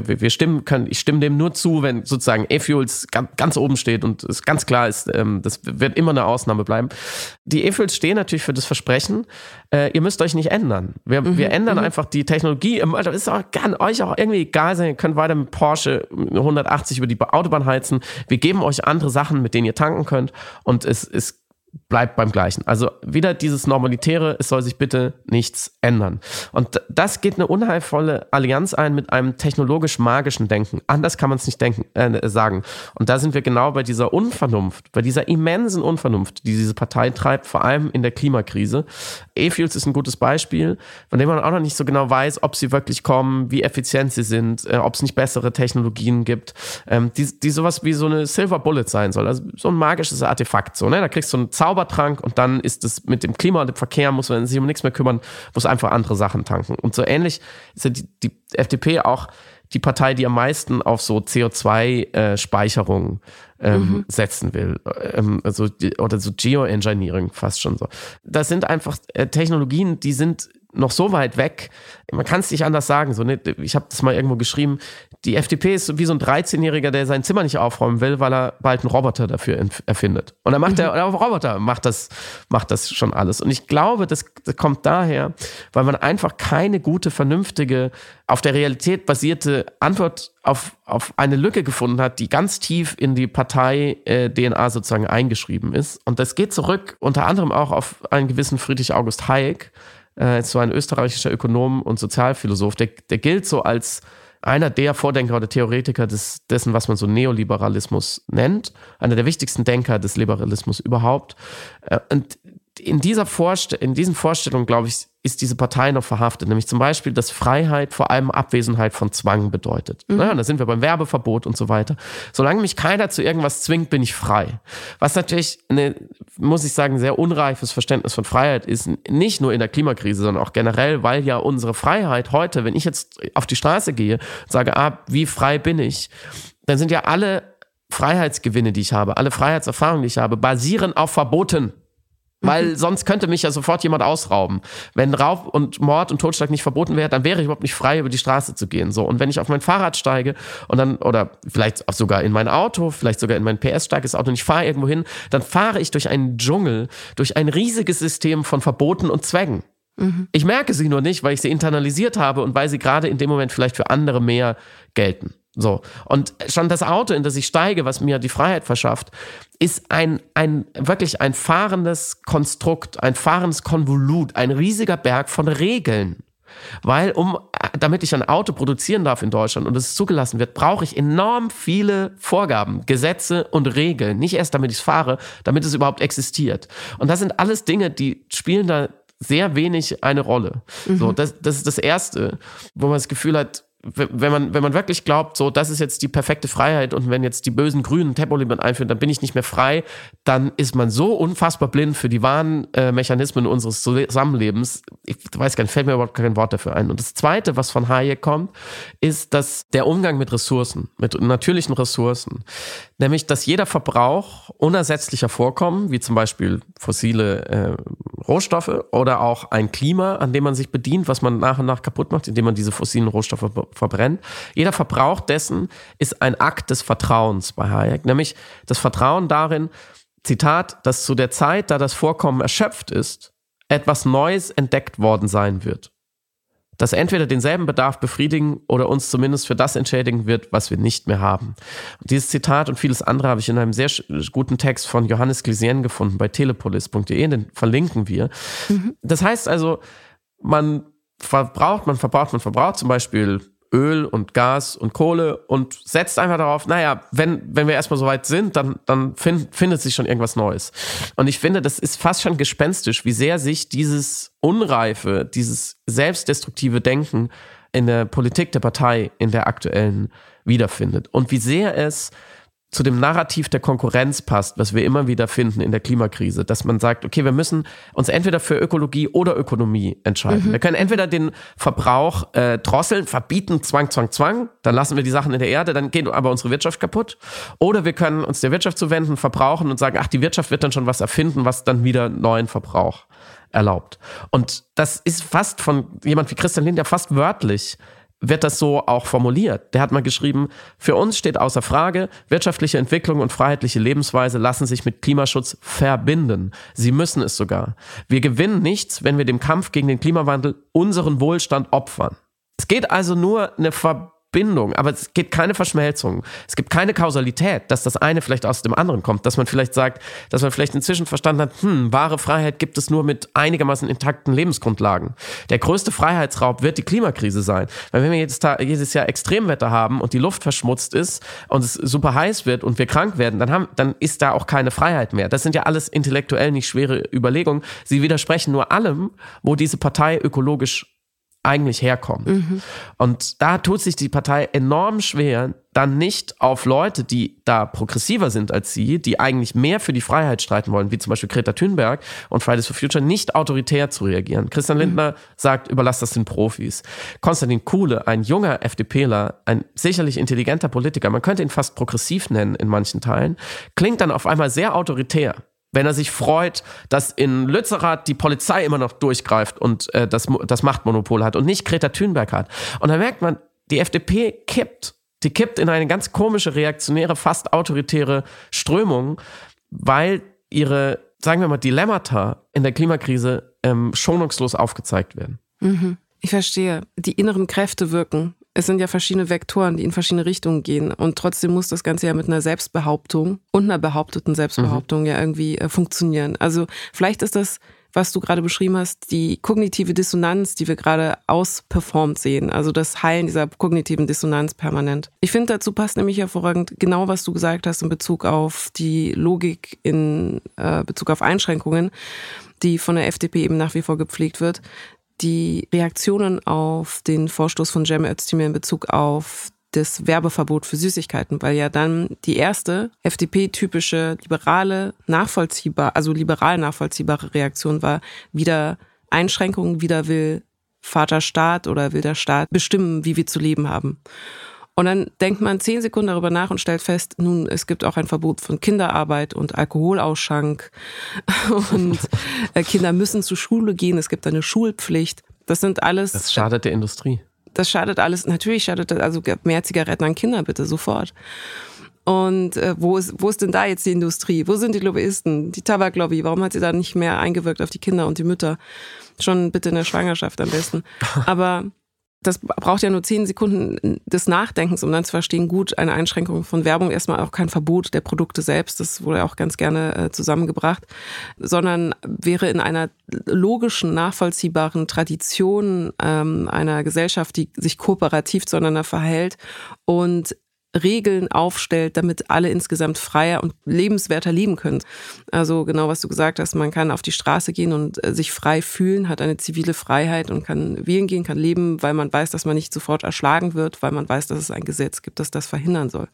ich stimme dem nur zu, wenn sozusagen E-Fuels ganz oben steht und es ganz klar ist, das wird immer eine Ausnahme bleiben. Die E-Fuels stehen natürlich für das Versprechen, ihr müsst euch nicht ändern. Wir ändern einfach die Technologie. Das kann euch auch irgendwie egal sein. Ihr könnt weiter mit Porsche 180 über die Autobahn heizen. Wir geben euch andere Sachen, mit denen ihr tanken könnt und es bleibt beim Gleichen. Also wieder dieses Normalitäre, es soll sich bitte nichts ändern. Und das geht eine unheilvolle Allianz ein mit einem technologisch-magischen Denken. Anders kann man es nicht sagen. Und da sind wir genau bei dieser Unvernunft, bei dieser immensen Unvernunft, die diese Partei treibt, vor allem in der Klimakrise. E-Fuels ist ein gutes Beispiel, von dem man auch noch nicht so genau weiß, ob sie wirklich kommen, wie effizient sie sind, ob es nicht bessere Technologien gibt, die sowas wie so eine Silver Bullet sein soll. Also so ein magisches Artefakt. So, ne? Da kriegst du einen Zaubertrank und dann ist es mit dem Klima und dem Verkehr, muss man sich um nichts mehr kümmern, muss einfach andere Sachen tanken. Und so ähnlich ist ja die FDP auch die Partei, die am meisten auf so CO2-Speicherung setzen will. Oder so Geoengineering fast schon so. Das sind einfach Technologien, die sind noch so weit weg, man kann es nicht anders sagen. So, ne? Ich habe das mal irgendwo geschrieben, die FDP ist wie so ein 13-Jähriger, der sein Zimmer nicht aufräumen will, weil er bald einen Roboter dafür erfindet. Und dann macht der Roboter macht das schon alles. Und ich glaube, das kommt daher, weil man einfach keine gute, vernünftige, auf der Realität basierte Antwort auf eine Lücke gefunden hat, die ganz tief in die Partei-DNA sozusagen eingeschrieben ist. Und das geht zurück unter anderem auch auf einen gewissen Friedrich August Hayek, so ein österreichischer Ökonom und Sozialphilosoph, der gilt so als einer der Vordenker oder Theoretiker dessen, was man so Neoliberalismus nennt, einer der wichtigsten Denker des Liberalismus überhaupt. Und in diesen Vorstellungen, glaube ich, ist diese Partei noch verhaftet, nämlich zum Beispiel, dass Freiheit vor allem Abwesenheit von Zwang bedeutet. Ja, da sind wir beim Werbeverbot und so weiter. Solange mich keiner zu irgendwas zwingt, bin ich frei. Was natürlich, muss ich sagen, sehr unreifes Verständnis von Freiheit ist, nicht nur in der Klimakrise, sondern auch generell, weil ja unsere Freiheit heute, wenn ich jetzt auf die Straße gehe und sage, wie frei bin ich, dann sind ja alle Freiheitsgewinne, die ich habe, alle Freiheitserfahrungen, die ich habe, basieren auf Verboten. Weil sonst könnte mich ja sofort jemand ausrauben. Wenn Raub und Mord und Totschlag nicht verboten wäre, dann wäre ich überhaupt nicht frei, über die Straße zu gehen. So. Und wenn ich auf mein Fahrrad steige und dann, oder vielleicht auch sogar in mein Auto, vielleicht sogar in mein PS-starkes Auto und ich fahre irgendwo hin, dann fahre ich durch einen Dschungel, durch ein riesiges System von Verboten und Zwängen. Ich merke sie nur nicht, weil ich sie internalisiert habe und weil sie gerade in dem Moment vielleicht für andere mehr gelten. So. Und schon das Auto, in das ich steige, was mir die Freiheit verschafft, ist wirklich ein fahrendes Konstrukt, ein fahrendes Konvolut, ein riesiger Berg von Regeln. Weil damit ich ein Auto produzieren darf in Deutschland und es zugelassen wird, brauche ich enorm viele Vorgaben, Gesetze und Regeln. Nicht erst, damit ich es fahre, damit es überhaupt existiert. Und das sind alles Dinge, die spielen da sehr wenig eine Rolle. So, das ist das Erste, wo man das Gefühl hat, wenn man wirklich glaubt, so, das ist jetzt die perfekte Freiheit und wenn jetzt die bösen Grünen Tempolimit einführen, dann bin ich nicht mehr frei, dann ist man so unfassbar blind für die wahren Mechanismen unseres Zusammenlebens. Ich weiß gar nicht, fällt mir überhaupt kein Wort dafür ein. Und das Zweite, was von Hayek kommt, ist, dass der Umgang mit Ressourcen, mit natürlichen Ressourcen, nämlich, dass jeder Verbrauch unersetzlicher Vorkommen, wie zum Beispiel fossile Rohstoffe oder auch ein Klima, an dem man sich bedient, was man nach und nach kaputt macht, indem man diese fossilen Rohstoffe verbrennt. Jeder Verbrauch dessen ist ein Akt des Vertrauens bei Hayek, nämlich das Vertrauen darin, Zitat, dass zu der Zeit, da das Vorkommen erschöpft ist, etwas Neues entdeckt worden sein wird, das entweder denselben Bedarf befriedigen oder uns zumindest für das entschädigen wird, was wir nicht mehr haben. Und dieses Zitat und vieles andere habe ich in einem sehr guten Text von Johannes Glisien gefunden bei telepolis.de, den verlinken wir. Das heißt also, man verbraucht zum Beispiel Öl und Gas und Kohle und setzt einfach darauf, wenn wir erstmal so weit sind, dann findet sich schon irgendwas Neues. Und ich finde, das ist fast schon gespenstisch, wie sehr sich dieses unreife, dieses selbstdestruktive Denken in der Politik der Partei, in der aktuellen, wiederfindet. Und wie sehr es zu dem Narrativ der Konkurrenz passt, was wir immer wieder finden in der Klimakrise, dass man sagt, okay, wir müssen uns entweder für Ökologie oder Ökonomie entscheiden. Wir können entweder den Verbrauch drosseln, verbieten, Zwang, dann lassen wir die Sachen in der Erde, dann geht aber unsere Wirtschaft kaputt. Oder wir können uns der Wirtschaft zuwenden, verbrauchen und sagen, ach, die Wirtschaft wird dann schon was erfinden, was dann wieder neuen Verbrauch erlaubt. Und das ist fast von jemand wie Christian Lindner fast wörtlich wird das so auch formuliert. Der hat mal geschrieben, für uns steht außer Frage, wirtschaftliche Entwicklung und freiheitliche Lebensweise lassen sich mit Klimaschutz verbinden. Sie müssen es sogar. Wir gewinnen nichts, wenn wir dem Kampf gegen den Klimawandel unseren Wohlstand opfern. Es geht also nur eine Verbindung, aber es geht keine Verschmelzung. Es gibt keine Kausalität, dass das eine vielleicht aus dem anderen kommt, dass man vielleicht sagt, dass man vielleicht inzwischen verstanden hat, wahre Freiheit gibt es nur mit einigermaßen intakten Lebensgrundlagen. Der größte Freiheitsraub wird die Klimakrise sein. Weil wenn wir jedes Jahr Extremwetter haben und die Luft verschmutzt ist und es super heiß wird und wir krank werden, dann ist da auch keine Freiheit mehr. Das sind ja alles intellektuell nicht schwere Überlegungen. Sie widersprechen nur allem, wo diese Partei ökologisch eigentlich herkommt. Und da tut sich die Partei enorm schwer, dann nicht auf Leute, die da progressiver sind als sie, die eigentlich mehr für die Freiheit streiten wollen, wie zum Beispiel Greta Thunberg und Fridays for Future, nicht autoritär zu reagieren. Christian Lindner sagt, überlass das den Profis. Konstantin Kuhle, ein junger FDPler, ein sicherlich intelligenter Politiker, man könnte ihn fast progressiv nennen in manchen Teilen, klingt dann auf einmal sehr autoritär. Wenn er sich freut, dass in Lützerath die Polizei immer noch durchgreift und das Machtmonopol hat und nicht Greta Thunberg hat. Und dann merkt man, die FDP kippt. Die kippt in eine ganz komische, reaktionäre, fast autoritäre Strömung, weil ihre, sagen wir mal, Dilemmata in der Klimakrise schonungslos aufgezeigt werden. Ich verstehe. Die inneren Kräfte wirken. Es sind ja verschiedene Vektoren, die in verschiedene Richtungen gehen. Und trotzdem muss das Ganze ja mit einer Selbstbehauptung und einer behaupteten Selbstbehauptung ja irgendwie funktionieren. Also vielleicht ist das, was du gerade beschrieben hast, die kognitive Dissonanz, die wir gerade ausperformt sehen. Also das Heilen dieser kognitiven Dissonanz permanent. Ich finde, dazu passt nämlich hervorragend genau, was du gesagt hast in Bezug auf die Logik, in Bezug auf Einschränkungen, die von der FDP eben nach wie vor gepflegt wird. Die Reaktionen auf den Vorstoß von Cem Özdemir in Bezug auf das Werbeverbot für Süßigkeiten, weil ja dann die erste FDP-typische liberal nachvollziehbare Reaktion war, wieder Einschränkungen, wieder will Vaterstaat oder will der Staat bestimmen, wie wir zu leben haben. Und dann denkt man 10 Sekunden darüber nach und stellt fest, nun, es gibt auch ein Verbot von Kinderarbeit und Alkoholausschank und Kinder müssen zur Schule gehen, es gibt eine Schulpflicht. Das sind alles... Das schadet der Industrie. Das schadet alles, natürlich schadet das, also mehr Zigaretten an Kinder bitte, sofort. Und wo ist denn da jetzt die Industrie? Wo sind die Lobbyisten, die Tabaklobby? Warum hat sie da nicht mehr eingewirkt auf die Kinder und die Mütter? Schon bitte in der Schwangerschaft am besten. Aber... Das braucht ja nur 10 Sekunden des Nachdenkens, um dann zu verstehen, gut, eine Einschränkung von Werbung, erstmal auch kein Verbot der Produkte selbst, das wurde auch ganz gerne zusammengebracht, sondern wäre in einer logischen, nachvollziehbaren Tradition einer Gesellschaft, die sich kooperativ zueinander verhält und Regeln aufstellt, damit alle insgesamt freier und lebenswerter leben können. Also genau, was du gesagt hast, man kann auf die Straße gehen und sich frei fühlen, hat eine zivile Freiheit und kann wählen gehen, kann leben, weil man weiß, dass man nicht sofort erschlagen wird, weil man weiß, dass es ein Gesetz gibt, das das verhindern soll.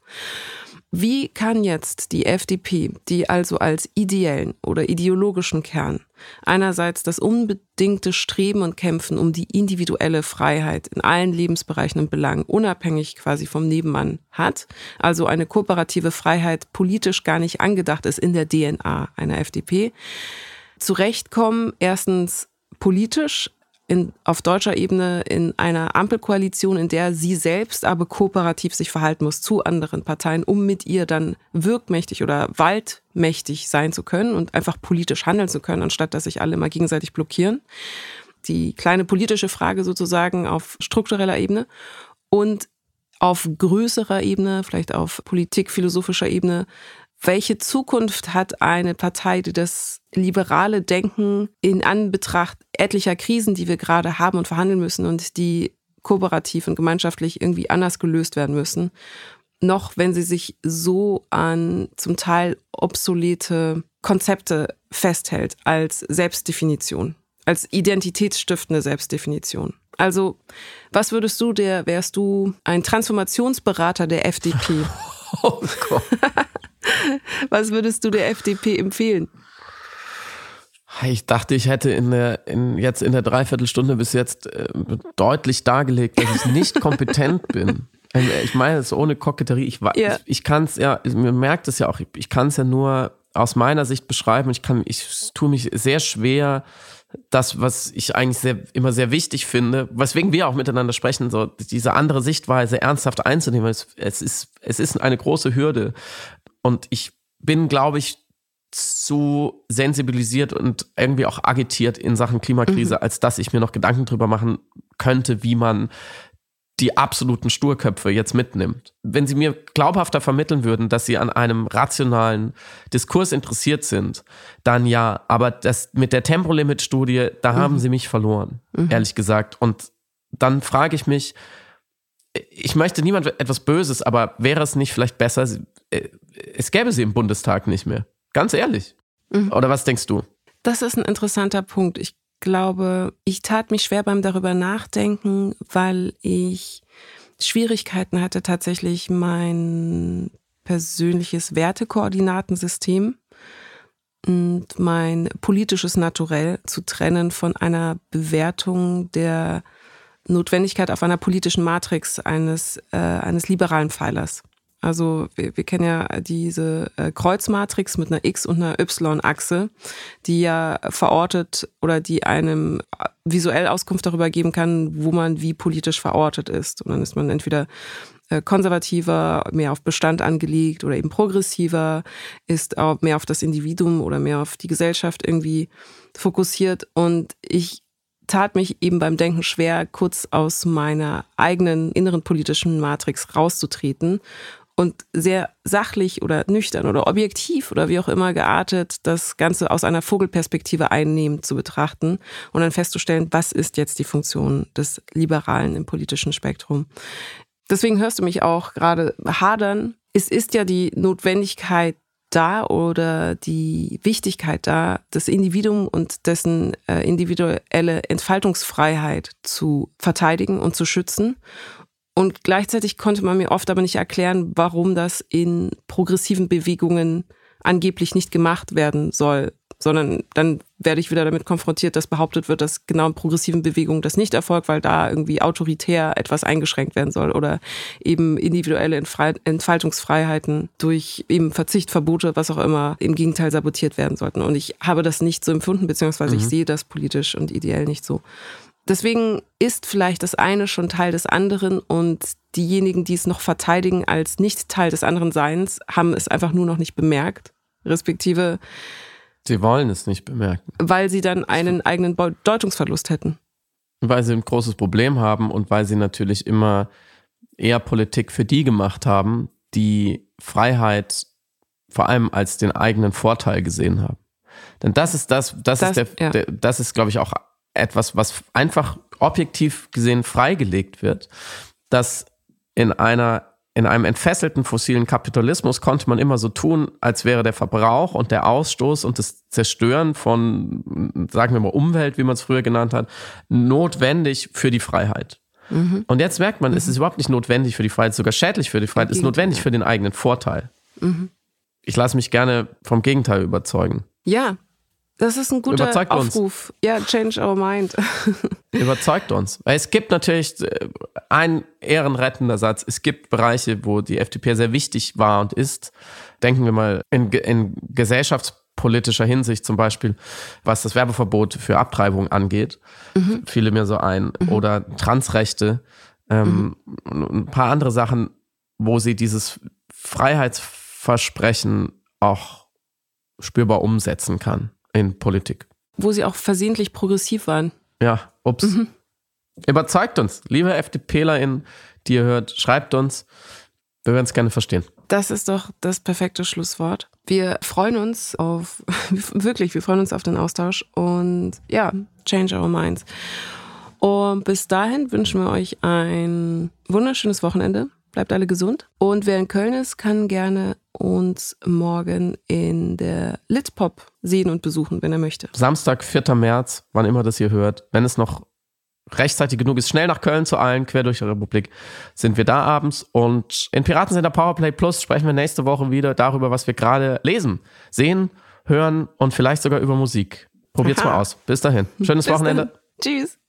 Wie kann jetzt die FDP, die also als ideellen oder ideologischen Kern einerseits das unbedingte Streben und Kämpfen um die individuelle Freiheit in allen Lebensbereichen und Belangen unabhängig quasi vom Nebenmann hat, also eine kooperative Freiheit politisch gar nicht angedacht ist in der DNA einer FDP, zurechtkommen, erstens politisch, auf deutscher Ebene in einer Ampelkoalition, in der sie selbst aber kooperativ sich verhalten muss zu anderen Parteien, um mit ihr dann wirkmächtig oder waldmächtig sein zu können und einfach politisch handeln zu können, anstatt dass sich alle immer gegenseitig blockieren. Die kleine politische Frage sozusagen auf struktureller Ebene und auf größerer Ebene, vielleicht auf politikphilosophischer Ebene. Welche Zukunft hat eine Partei, die das liberale Denken in Anbetracht etlicher Krisen, die wir gerade haben und verhandeln müssen und die kooperativ und gemeinschaftlich irgendwie anders gelöst werden müssen, noch wenn sie sich so an zum Teil obsolete Konzepte festhält als Selbstdefinition, als identitätsstiftende Selbstdefinition? Also, was wärst du ein Transformationsberater der FDP? Oh Gott. Was würdest du der FDP empfehlen? Ich dachte, ich hätte jetzt in der Dreiviertelstunde bis jetzt deutlich dargelegt, dass ich nicht kompetent bin. Ich meine es ohne Koketterie. Ich kann es ja, man merkt es ja auch, ich kann es ja nur aus meiner Sicht beschreiben. Ich tue mich sehr schwer, das, was ich eigentlich immer sehr wichtig finde, weswegen wir auch miteinander sprechen, so diese andere Sichtweise ernsthaft einzunehmen. Es ist eine große Hürde. Und ich bin, glaube ich, zu sensibilisiert und irgendwie auch agitiert in Sachen Klimakrise, als dass ich mir noch Gedanken drüber machen könnte, wie man die absoluten Sturköpfe jetzt mitnimmt. Wenn sie mir glaubhafter vermitteln würden, dass sie an einem rationalen Diskurs interessiert sind, dann ja. Aber das mit der Tempolimit-Studie, da haben sie mich verloren, ehrlich gesagt. Und dann frage ich mich, ich möchte niemand etwas Böses, aber wäre es nicht vielleicht besser, es gäbe sie im Bundestag nicht mehr? Ganz ehrlich. Oder was denkst du? Das ist ein interessanter Punkt. Ich glaube, ich tat mich schwer beim darüber nachdenken, weil ich Schwierigkeiten hatte, tatsächlich mein persönliches Wertekoordinatensystem und mein politisches Naturell zu trennen von einer Bewertung der Notwendigkeit auf einer politischen Matrix eines liberalen Pfeilers. Also wir kennen ja diese Kreuzmatrix mit einer X- und einer Y-Achse, die ja verortet oder die einem visuell Auskunft darüber geben kann, wo man wie politisch verortet ist. Und dann ist man entweder konservativer, mehr auf Bestand angelegt oder eben progressiver, ist auch mehr auf das Individuum oder mehr auf die Gesellschaft irgendwie fokussiert. Und ich tat mich eben beim Denken schwer, kurz aus meiner eigenen inneren politischen Matrix rauszutreten und sehr sachlich oder nüchtern oder objektiv oder wie auch immer geartet das Ganze aus einer Vogelperspektive einnehmend zu betrachten und dann festzustellen, was ist jetzt die Funktion des Liberalen im politischen Spektrum. Deswegen hörst du mich auch gerade hadern. Es ist ja die Notwendigkeit da oder die Wichtigkeit da, das Individuum und dessen individuelle Entfaltungsfreiheit zu verteidigen und zu schützen. Und gleichzeitig konnte man mir oft aber nicht erklären, warum das in progressiven Bewegungen angeblich nicht gemacht werden soll, sondern dann werde ich wieder damit konfrontiert, dass behauptet wird, dass genau in progressiven Bewegungen das nicht erfolgt, weil da irgendwie autoritär etwas eingeschränkt werden soll oder eben individuelle Entfaltungsfreiheiten durch eben Verzicht, Verbote, was auch immer, im Gegenteil sabotiert werden sollten. Und ich habe das nicht so empfunden, beziehungsweise ich sehe das politisch und ideell nicht so. Deswegen ist vielleicht das eine schon Teil des anderen und diejenigen, die es noch verteidigen als nicht Teil des anderen Seins, haben es einfach nur noch nicht bemerkt, respektive sie wollen es nicht bemerken. Weil sie dann einen eigenen Bedeutungsverlust hätten. Weil sie ein großes Problem haben und weil sie natürlich immer eher Politik für die gemacht haben, die Freiheit vor allem als den eigenen Vorteil gesehen haben. Denn das ist glaube ich, auch etwas, was einfach objektiv gesehen freigelegt wird, dass in einem entfesselten fossilen Kapitalismus konnte man immer so tun, als wäre der Verbrauch und der Ausstoß und das Zerstören von, sagen wir mal, Umwelt, wie man es früher genannt hat, notwendig für die Freiheit. Und jetzt merkt man, es ist überhaupt nicht notwendig für die Freiheit, sogar schädlich für die Freiheit, es ist notwendig für den eigenen Vorteil. Ich lasse mich gerne vom Gegenteil überzeugen. Ja, das ist ein guter Aufruf. Ja, change our mind. Überzeugt uns. Es gibt natürlich ein ehrenrettender Satz. Es gibt Bereiche, wo die FDP sehr wichtig war und ist. Denken wir mal in gesellschaftspolitischer Hinsicht zum Beispiel, was das Werbeverbot für Abtreibung angeht. Fiele mir so ein. Oder Transrechte. Ein paar andere Sachen, wo sie dieses Freiheitsversprechen auch spürbar umsetzen kann. In Politik. Wo sie auch versehentlich progressiv waren. Ja, ups. Überzeugt uns, liebe FDPlerInnen, die ihr hört, schreibt uns. Wir würden es gerne verstehen. Das ist doch das perfekte Schlusswort. Wir freuen uns auf den Austausch und ja, change our minds. Und bis dahin wünschen wir euch ein wunderschönes Wochenende. Bleibt alle gesund. Und wer in Köln ist, kann gerne uns morgen in der Litpop sehen und besuchen, wenn er möchte. Samstag, 4. März, wann immer das ihr hört. Wenn es noch rechtzeitig genug ist, schnell nach Köln zu eilen, quer durch die Republik, sind wir da abends. Und in Piratensender Powerplay Plus sprechen wir nächste Woche wieder darüber, was wir gerade lesen, sehen, hören und vielleicht sogar über Musik. Probiert's mal aus. Bis dahin. Schönes Wochenende. Dann. Tschüss.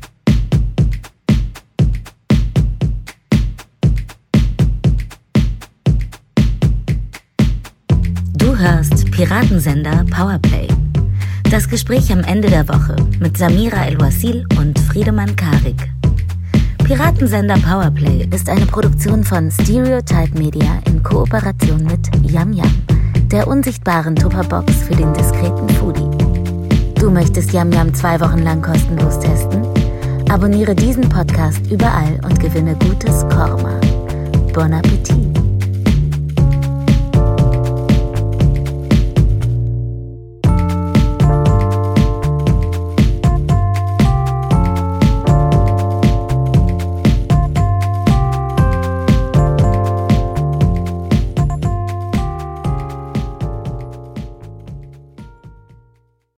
Du hörst Piratensender Powerplay. Das Gespräch am Ende der Woche mit Samira El-Wasil und Friedemann Karik. Piratensender Powerplay ist eine Produktion von Stereotype Media in Kooperation mit Yam Yam, der unsichtbaren Tupperbox für den diskreten Foodie. Du möchtest Yam Yam 2 Wochen lang kostenlos testen? Abonniere diesen Podcast überall und gewinne gutes Korma. Bon Appetit!